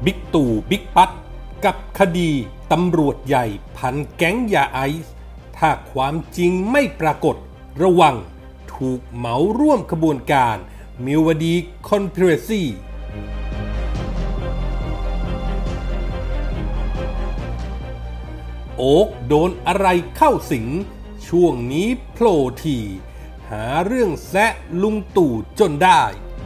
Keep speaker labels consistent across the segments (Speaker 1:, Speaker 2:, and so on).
Speaker 1: บิ๊กตู่บิ๊กปั๊ดกับคดีตำรวจใหญ่พันแก๊งยาไอซ์ถ้าความจริงไม่ปรากฏระวังถูกเหมาร่วมขบวนการมิวดีคอนสปิเรซีโอ๊กโดนอะไรเข้าสิงช่วงนี้โผล่ทีหาเรื่องแซะลุงตู่จนได้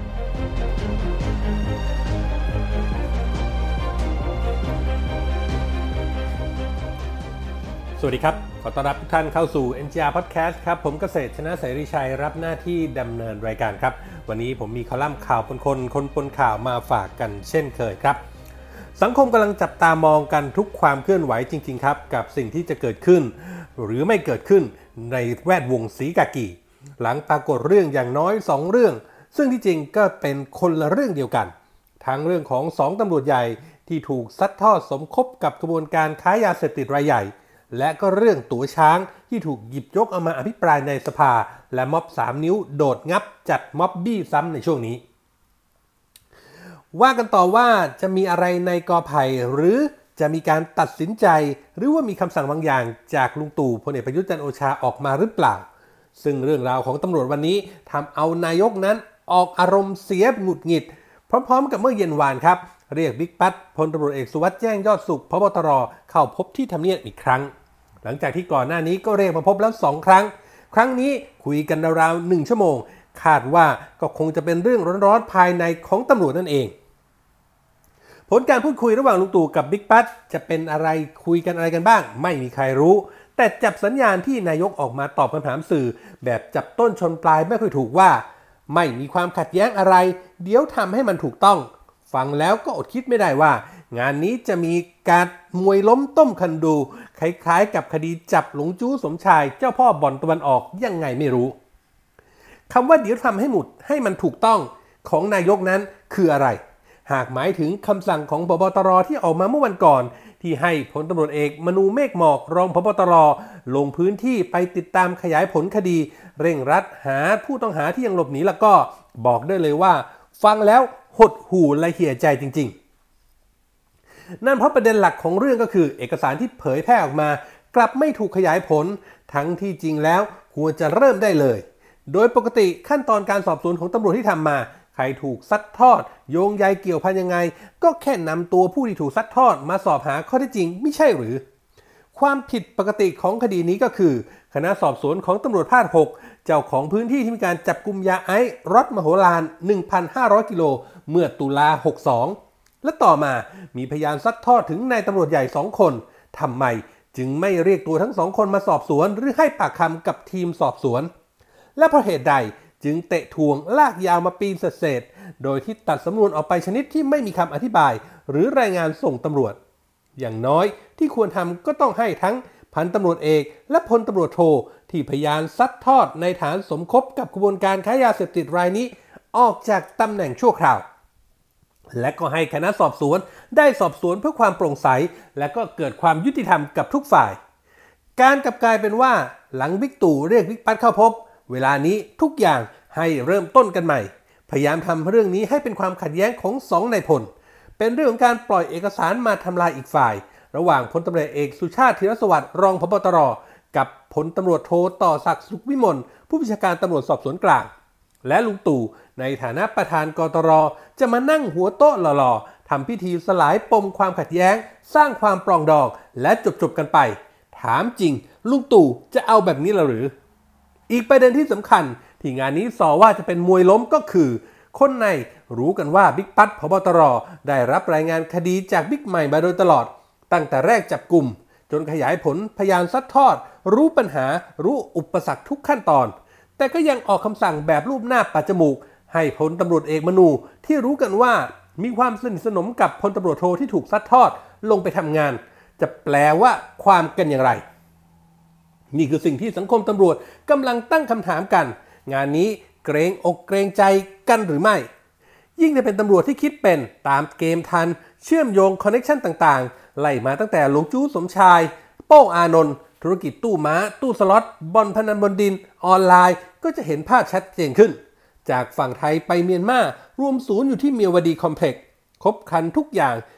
Speaker 1: สวัสดีครับขอต้อนรับทุกท่านเข้าสู่ NGR Podcast ครับผมเกษตรชนะเสรีชัยรับหน้าที่ดำเนินรายการครับวันนี้ผมมีคอลัมน์ข่าวปนข่าวมาฝากกันเช่นเคยครับสังคมกำลังจับตามองกันทุกความเคลื่อนไหวจริงๆครับกับสิ่งที่จะเกิดขึ้นหรือไม่เกิดขึ้นในแวดวงศรีกากีหลังปรากฏเรื่องอย่างน้อย2เรื่องซึ่งที่จริงก็เป็นคนละเรื่องเดียวกันทั้งเรื่องของ2ตำรวจใหญ่ที่ถูกซัดทอดสมคบกับกระบวนการค้ายาเสพติดรายใหญ่และก็เรื่องตั๋วช้างที่ถูกหยิบยกเอามาอภิปรายในสภาและม็อบ3นิ้วโดดงับจัดม็อบบี้ซ้ำในช่วงนี้ว่ากันต่อว่าจะมีอะไรในกอไผ่หรือจะมีการตัดสินใจหรือว่ามีคำสั่งบางอย่างจากลุงตู่พลเอกประยุทธ์จันทร์โอชาออกมาหรือเปล่าซึ่งเรื่องราวของตำรวจวันนี้ทำเอานายกนั้นออกอารมณ์เสียหงุดหงิดพร้อมๆกับเมื่อเย็นวานครับเรียกบิ๊กปั๊ดพลตำรวจเอกสุวัสดิ์แจ้งยอดสุขพบตรเข้าพบที่ทำเนียบอีกครั้งหลังจากที่ก่อนหน้านี้ก็เรียกมาพบแล้ว2ครั้งครั้งนี้คุยกันราวๆ1ชั่วโมงคาดว่าก็คงจะเป็นเรื่องร้อนๆภายในของตำรวจนั่นเองผลการพูดคุยระหว่างลุงตู่กับบิ๊กปั๊ดจะเป็นอะไรคุยกันอะไรกันบ้างไม่มีใครรู้แต่จับสัญญาณที่นายกออกมาตอบคำถามสื่อแบบจับต้นชนปลายไม่ค่อยถูกว่าไม่มีความขัดแย้งอะไรเดี๋ยวทำให้มันถูกต้องฟังแล้วก็อดคิดไม่ได้ว่างานนี้จะมีการมวยล้มต้มคันดูคล้ายๆกับคดีจับหลงจู้สมชายเจ้าพ่อบ่อนตะวันออกยังไงไม่รู้คำว่าเดี๋ยวทำให้หมดให้มันถูกต้องของนายกนั้นคืออะไรหากหมายถึงคำสั่งของผบ.ตร.ที่ออกมาเมื่อวันก่อนที่ให้พลตำรวจเอกมนูเมฆหมอกรองผบ.ตร.ลงพื้นที่ไปติดตามขยายผลคดีเร่งรัดหาผู้ต้องหาที่ยังหลบหนีแล้วก็บอกได้เลยว่าฟังแล้วหดหู่และเหี่ยใจจริงๆนั่นเพราะประเด็นหลักของเรื่องก็คือเอกสารที่เผยแพร่ออกมากลับไม่ถูกขยายผลทั้งที่จริงแล้วควรจะเริ่มได้เลยโดยปกติขั้นตอนการสอบสวนของตำรวจที่ทำมาใครถูกซัดทอดโยงใยเกี่ยวพันยังไงก็แค่นำตัวผู้ที่ถูกซัดทอดมาสอบหาข้อเท็จจริงไม่ใช่หรือความผิดปกติของคดีนี้ก็คือคณะสอบสวนของตำรวจภาค 6เจ้าของพื้นที่ที่มีการจับกุมยาไอซ์รถมโหฬาร 1,500 กิโลเมื่อตุลา 62และต่อมามีพยานซัดทอดถึงนายตำรวจใหญ่2คนทำไมจึงไม่เรียกตัวทั้ง2คนมาสอบสวนหรือให้ปากคำกับทีมสอบสวนและเพราะเหตุใดจึงเตะทวงลากยาวมาปีเศษโดยที่ตัดสำนวนออกไปชนิดที่ไม่มีคำอธิบายหรือรายงานส่งตำรวจอย่างน้อยที่ควรทำก็ต้องให้ทั้งพันตำรวจเอกและพลตำรวจโทที่พยานซัดทอดในฐานสมคบกับกระบวนการค้ายาเสพติดรายนี้ออกจากตำแหน่งชั่วคราวและก็ให้คณะสอบสวนได้สอบสวนเพื่อความโปร่งใสและก็เกิดความยุติธรรมกับทุกฝ่ายการกลับกลายเป็นว่าหลังบิ๊กตู่เรียกบิ๊กปั๊ดเข้าพบเวลานี้ทุกอย่างให้เริ่มต้นกันใหม่พยายามทำเรื่องนี้ให้เป็นความขัดแย้งของ2นายพลเป็นเรื่องของการปล่อยเอกสารมาทำลายอีกฝ่ายระหว่างพลตำรวจเอกสุชาติธีรสวัสดิ์รองผบ.ตร.กับพลตำรวจโทต่อศักดิ์สุขวิมลผู้บัญชาการตำรวจสอบสวนกลางและลุงตู่ในฐานะประธานกตร.จะมานั่งหัวโต๊ะหล่อๆทำพิธีสลายปมความขัดแย้งสร้างความปรองดองและจบกันไปถามจริงลุงตู่จะเอาแบบนี้หรืออีกประเด็นที่สำคัญที่งานนี้สอว่าจะเป็นมวยล้มก็คือคนในรู้กันว่าบิ๊กปั๊ดผบ.ตร.ได้รับรายงานคดีจากบิ๊กใหม่มาโดยตลอดตั้งแต่แรกจับกลุ่มจนขยายผลพยานซัดทอดรู้ปัญหารู้อุปสรรคทุกขั้นตอนแต่ก็ยังออกคำสั่งแบบรูปหน้าปัดจมูกให้พลตำรวจเอกมนูที่รู้กันว่ามีความสนิทสนมกับพลตำรวจโทที่ถูกซัดทอดลงไปทำงานจะแปลว่าความกันอย่างไรนี่คือสิ่งที่สังคมตำรวจกำลังตั้งคำถามกันงานนี้เกรงอกเกรงใจกันหรือไม่ยิ่งในเป็นตำรวจที่คิดเป็นตามเกมทันเชื่อมโยงคอนเนคชั่นต่างๆไล่มาตั้งแต่หลวงจู้สมชายโป้งอานนท์ธุรกิจตู้ม้าตู้สล็อตบ่อนพนันบนดินออนไลน์ก็จะเห็นภาพชัดเจนขึ้นจากฝั่งไทยไปเมียนมารวมศูนย์อยู่ที่เมียวดีคอมเพล็กซ์ครบครันทุกอย่าง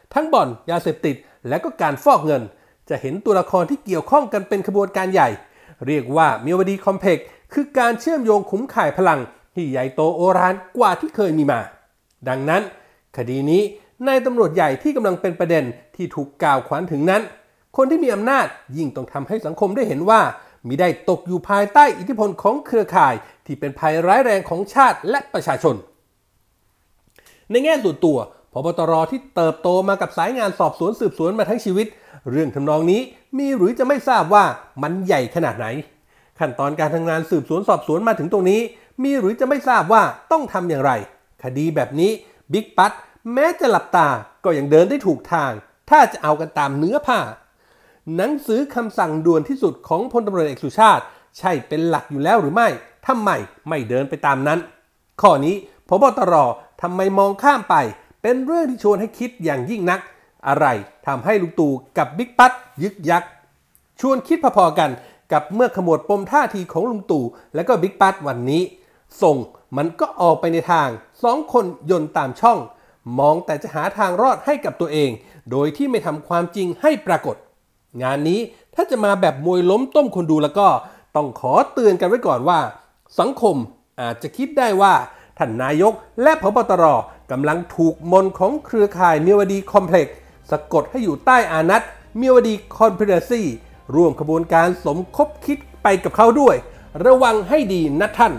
Speaker 1: ทั้งบ่อนยาเสพติดและก็การฟอกเงินจะเห็นตัวละครที่เกี่ยวข้องกันเป็นขบวนการใหญ่เรียกว่าเมียวดีคอมเพล็กซ์คือการเชื่อมโยงขุมข่ายพลังที่ใหญ่โตโอฬารกว่าที่เคยมีมาดังนั้นคดีนี้นายตำรวจใหญ่ที่กำลังเป็นประเด็นที่ถูกกล่าวขวัญถึงนั้นคนที่มีอำนาจยิ่งต้องทำให้สังคมได้เห็นว่ามิได้ตกอยู่ภายใต้อิทธิพลของเครือข่ายที่เป็นภัยร้ายแรงของชาติและประชาชนในแง่ส่วนตัวผบ.ตร.ที่เติบโตมากับสายงานสอบสวนสืบสวนมาทั้งชีวิตเรื่องทำนองนี้มีหรือจะไม่ทราบว่ามันใหญ่ขนาดไหนขั้นตอนการทำงานสืบสวนสอบสวนมาถึงตรงนี้มีหรือจะไม่ทราบว่าต้องทำอย่างไรคดีแบบนี้บิ๊กปั๊ดแม้จะหลับตาก็ยังเดินได้ถูกทางถ้าจะเอากันตามเนื้อผ้าหนังสือคำสั่งด่วนที่สุดของพลตำรวจเอกสุชาติใช่เป็นหลักอยู่แล้วหรือไม่ทำไมไม่เดินไปตามนั้นข้อนี้ผบ.ตร.ทำไมมองข้ามไปเป็นเรื่องที่ชวนให้คิดอย่างยิ่งนักอะไรทำให้ลุงตู่กับบิ๊กปั๊ดยึกยักชวนคิดพอๆกันกับเมื่อขมวดปมท่าทีของลุงตู่และก็บิ๊กปั๊ดวันนี้ส่งมันก็ออกไปในทางสองคนยนต์ตามช่องมองแต่จะหาทางรอดให้กับตัวเองโดยที่ไม่ทำความจริงให้ปรากฏงานนี้ถ้าจะมาแบบมวยล้มต้มคนดูแล้วก็ต้องขอเตือนกันไว้ก่อนว่าสังคมอาจจะคิดได้ว่าท่านนายกและผบ.ตร.กำลังถูกมนของเครือข่ายเมียวดีคอมเพล็กซ์สะกดให้อยู่ใต้อานัตเมียวดีคอนสปิเรซีร่วมขบวนการสมคบคิดไปกับเขาด้วยระวังให้ดีนะท่าน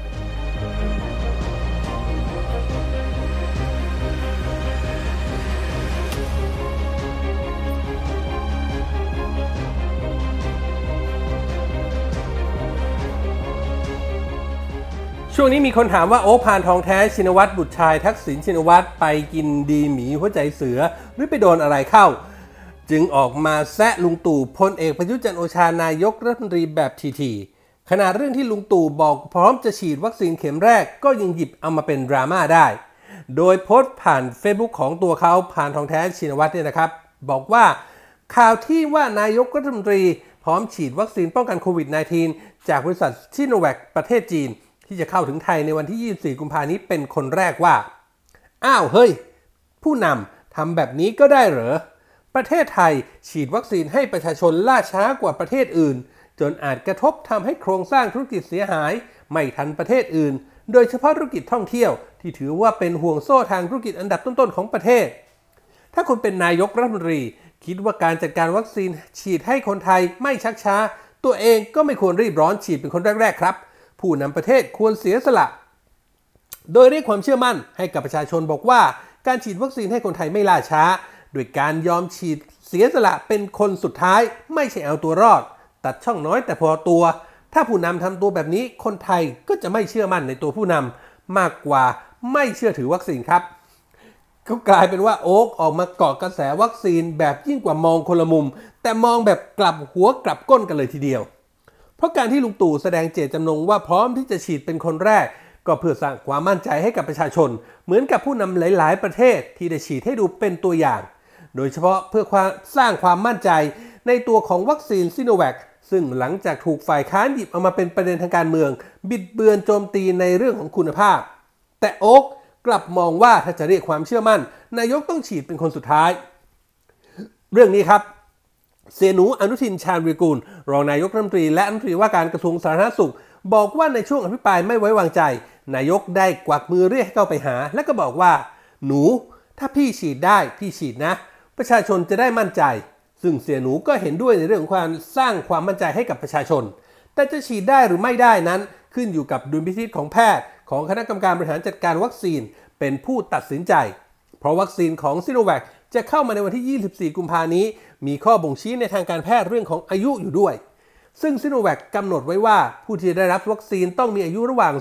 Speaker 1: ช่วงนี้มีคนถามว่าโอ๊คพานทองแท้ชินวัตรบุตรชายทักษิณชินวัตรไปกินดีหมีหัวใจเสือหรือไปโดนอะไรเข้าจึงออกมาแซะลุงตู่พลเอกประยุทธ์จันทร์โอชานายกรัฐมนตรีแบบทีๆขณะเรื่องที่ลุงตู่บอกพร้อมจะฉีดวัคซีนเข็มแรกก็ยังหยิบเอามาเป็นดราม่าได้โดยโพสต์ผ่าน Facebook ของตัวเขาพานทองแท้ชินวัตรเนี่ยนะครับบอกว่าข่าวที่ว่านายกรัฐมนตรีพร้อมฉีดวัคซีนป้องกันโควิด -19 จากบริษัทซิโนแวคประเทศจีนที่จะเข้าถึงไทยในวันที่24กุมภาพันธ์นี้เป็นคนแรกว่าอ้าวเฮ้ยผู้นำทำแบบนี้ก็ได้เหรอประเทศไทยฉีดวัคซีนให้ประชาชนล่าช้ากว่าประเทศอื่นจนอาจกระทบทำให้โครงสร้างธุรกิจเสียหายไม่ทันประเทศอื่นโดยเฉพาะธุรกิจท่องเที่ยวที่ถือว่าเป็นห่วงโซ่ทางธุรกิจอันดับต้นๆของประเทศถ้าคุณเป็นนายกรัฐมนตรีคิดว่าการจัดการวัคซีนฉีดให้คนไทยไม่ชักช้าตัวเองก็ไม่ควรรีบร้อนฉีดเป็นคนแรกๆครับผู้นำประเทศควรเสียสละโดยเรียกความเชื่อมั่นให้กับประชาชนบอกว่าการฉีดวัคซีนให้คนไทยไม่ล่าช้าโดยการยอมฉีดเสียสละเป็นคนสุดท้ายไม่ใช่เอาตัวรอดตัดช่องน้อยแต่พอตัวถ้าผู้นำทำตัวแบบนี้คนไทยก็จะไม่เชื่อมั่นในตัวผู้นำมากกว่าไม่เชื่อถือวัคซีนครับก็กลายเป็นว่าโอ๊คออกมาเกาะกระแสวัคซีนแบบยิ่งกว่ามองคนละมุมแต่มองแบบกลับหัวกลับก้นกันเลยทีเดียวเพราะการที่ลุงตู่แสดงเจตจำนงว่าพร้อมที่จะฉีดเป็นคนแรกก็เพื่อสร้างความมั่นใจให้กับประชาชนเหมือนกับผู้นำหลายๆประเทศที่ได้ฉีดให้ดูเป็นตัวอย่างโดยเฉพาะเพื่อสร้างความมั่นใจในตัวของวัคซีนซิโนแวคซึ่งหลังจากถูกฝ่ายค้านหยิบเอามาเป็นประเด็นทางการเมืองบิดเบือนโจมตีในเรื่องของคุณภาพแต่โอ๊คกลับมองว่าถ้าจะเรียกความเชื่อมั่นนายกต้องฉีดเป็นคนสุดท้ายเรื่องนี้ครับเสียหนูอนุทินชาญวีรกูลรองนายกรัฐมนตรีและรัฐมนตรีว่าการกระทรวงสาธารณสุขบอกว่าในช่วงอภิปรายไม่ไว้วางใจนายกได้กวักมือเรียกให้เข้าไปหาและก็บอกว่าหนูถ้าพี่ฉีดได้พี่ฉีดนะประชาชนจะได้มั่นใจซึ่งเสียหนูก็เห็นด้วยในเรื่องของการสร้างความมั่นใจให้กับประชาชนแต่จะฉีดได้หรือไม่ได้นั้นขึ้นอยู่กับดุลพินิจของแพทย์ของคณะกรรมการบริหารจัดการวัคซีนเป็นผู้ตัดสินใจเพราะวัคซีนของซิโนแวคจะเข้ามาในวันที่24กุมภาพันธ์นี้มีข้อบ่งชี้ในทางการแพทย์เรื่องของอายุอยู่ด้วยซึ่งซิโนแวคกำหนดไว้ว่าผู้ที่ได้รับวัคซีนต้องมีอายุระหว่าง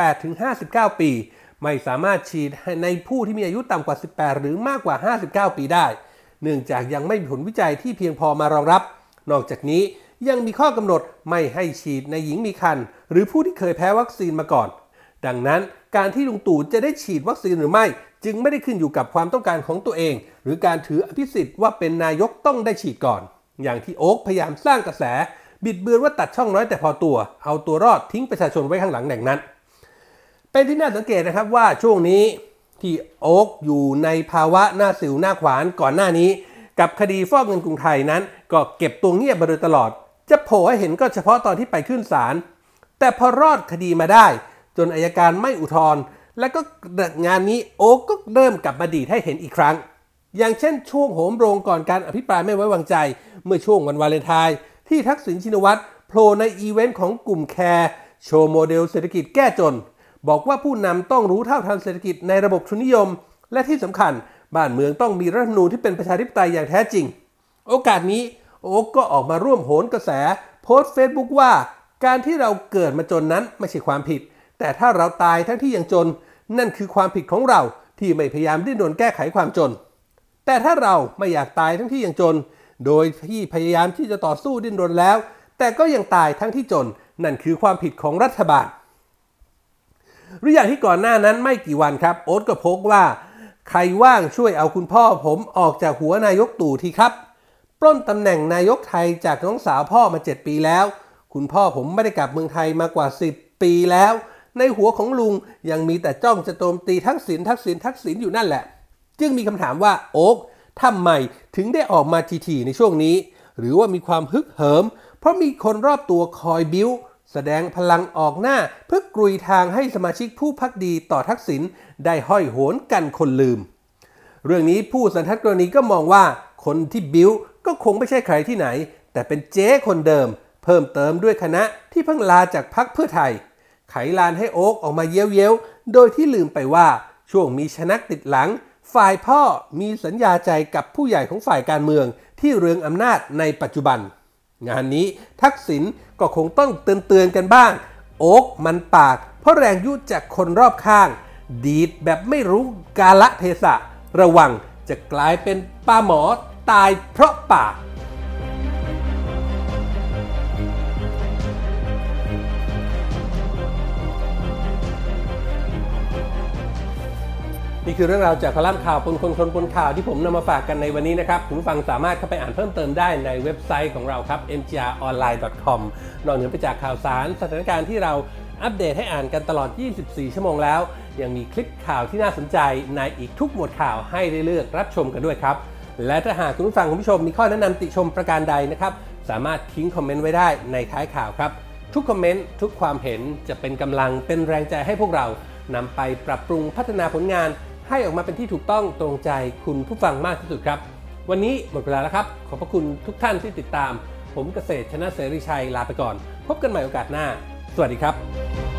Speaker 1: 18-59 ปีไม่สามารถฉีดในผู้ที่มีอายุต่ำกว่า 18 หรือมากกว่า 59 ปีได้เนื่องจากยังไม่มีผลวิจัยที่เพียงพอมารองรับนอกจากนี้ยังมีข้อกำหนดไม่ให้ฉีดในหญิงมีครรภ์หรือผู้ที่เคยแพ้วัคซีนมาก่อนดังนั้นการที่ลุงตู่จะได้ฉีดวัคซีนหรือไม่จึงไม่ได้ขึ้นอยู่กับความต้องการของตัวเองหรือการถืออภิสิทธิ์ว่าเป็นนายกต้องได้ฉีดก่อนอย่างที่โอ๊คพยายามสร้างกระแสบิดเบือนว่าตัดช่องน้อยแต่พอตัวเอาตัวรอดทิ้งประชาชนไว้ข้างหลังแหล่งนั้นเป็นที่น่าสังเกตนะครับว่าช่วงนี้ทที่โอ๊คอยู่ในภาวะหน้าสิวหน้าขวานก่อนหน้านี้กับคดีฟอกเงินกรุงไทยนั้นก็เก็บตัวเงียบมาโดยตลอดจะโผล่ให้เห็นก็เฉพาะตอนที่ไปขึ้นศาลแต่พอรอดคดีมาได้จนอัยการไม่อุทธรณ์แล้วก็งานนี้โอ๊คก็เริ่มกลับมาดีดให้เห็นอีกครั้งอย่างเช่นช่วงโหมโรงก่อนการอภิปรายไม่ไว้วางใจเมื่อช่วงวันวาเลนไทน์ที่ทักษิณชินวัตรโผล่ในอีเวนต์ของกลุ่มแคร์โชว์โมเดลเศรษฐกิจแก้จนบอกว่าผู้นำต้องรู้เท่าทันเศรษฐกิจในระบบทุนนิยมและที่สำคัญบ้านเมืองต้องมีรัฐธรรมนูญที่เป็นประชาธิปไตยอย่างแท้จริงโอกาสนี้โอ๊คก็ออกมาร่วมโหนกระแสโพสต์เฟซบุ๊กว่าการที่เราเกิดมาจนนั้นไม่ใช่ความผิดแต่ถ้าเราตายทั้งที่ยังจนนั่นคือความผิดของเราที่ไม่พยายามดิ้นรนแก้ไขความจนแต่ถ้าเราไม่อยากตายทั้งที่ยังจนโดยที่พยายามที่จะต่อสู้ดิ้นรนแล้วแต่ก็ยังตายทั้งที่จนนั่นคือความผิดของรัฐบาลหรืออย่างที่ก่อนหน้านั้นไม่กี่วันครับโอ๊ตก็โพสต์ว่าใครว่างช่วยเอาคุณพ่อผมออกจากหัวนายกตู่ทีครับปล้นตำแหน่งนายกไทยจากน้องสาวพ่อมา7 ปีแล้วคุณพ่อผมไม่ได้กลับเมืองไทยมากว่า10 ปีแล้วในหัวของลุงยังมีแต่จ้องจะโจมตีทักษิณอยู่นั่นแหละจึงมีคำถามว่าโอ๊คทำไมถึงได้ออกมาทีๆในช่วงนี้หรือว่ามีความฮึกเหิมเพราะมีคนรอบตัวคอยบิ้วแสดงพลังออกหน้าเพื่อกรุยทางให้สมาชิกผู้ภักดีต่อทักษิณได้ห้อยโหนกันคนลืมเรื่องนี้ผู้สันทัดกรณีก็มองว่าคนที่บิ้วก็คงไม่ใช่ใครที่ไหนแต่เป็นเจ๊คนเดิมเพิ่มเติมด้วยคณะที่เพิ่งลาจากพรรคเพื่อไทยไขลานให้โอ๊คออกมาเย้ยวๆโดยที่ลืมไปว่าช่วงมีชนักติดหลังฝ่ายพ่อมีสัญญาใจกับผู้ใหญ่ของฝ่ายการเมืองที่เรืองอำนาจในปัจจุบันงานนี้ทักษิณก็คงต้องเตือนกันบ้างโอ๊คมันปากเพราะแรงยุจากคนรอบข้างดีดแบบไม่รู้กาลเทศะระวังจะกลายเป็นปลาหมอตายเพราะปากนี่คือเรื่องราวจากคอลัมน์ข่าวคนข่าวที่ผมนำมาฝากกันในวันนี้นะครับคุณผู้ฟังสามารถเข้าไปอ่านเพิ่มเติมได้ในเว็บไซต์ของเราครับ mgronline.com นอกเหนือไปจากข่าวสารสถานการณ์ที่เราอัปเดตให้อ่านกันตลอด24 ชั่วโมงแล้วยังมีคลิปข่าวที่น่าสนใจในอีกทุกหมวดข่าวให้ได้เลือกรับชมกันด้วยครับและถ้าหากคุณผู้ฟังคุณผู้ชมมีข้อแนะนำติชมประการใดนะครับสามารถทิ้งคอมเมนต์ไว้ได้ในท้ายข่าวครับทุกคอมเมนต์ทุกความเห็นจะเป็นกำลังเป็นแรงใจให้พวกเรานำไปปรับปรุงพัฒนาผลงานให้ออกมาเป็นที่ถูกต้องตรงใจคุณผู้ฟังมากที่สุดครับวันนี้หมดเวลาแล้วครับขอบพระคุณทุกท่านที่ติดตามผมเกษตรชนะเสรีชัยลาไปก่อนพบกันใหม่โอกาสหน้าสวัสดีครับ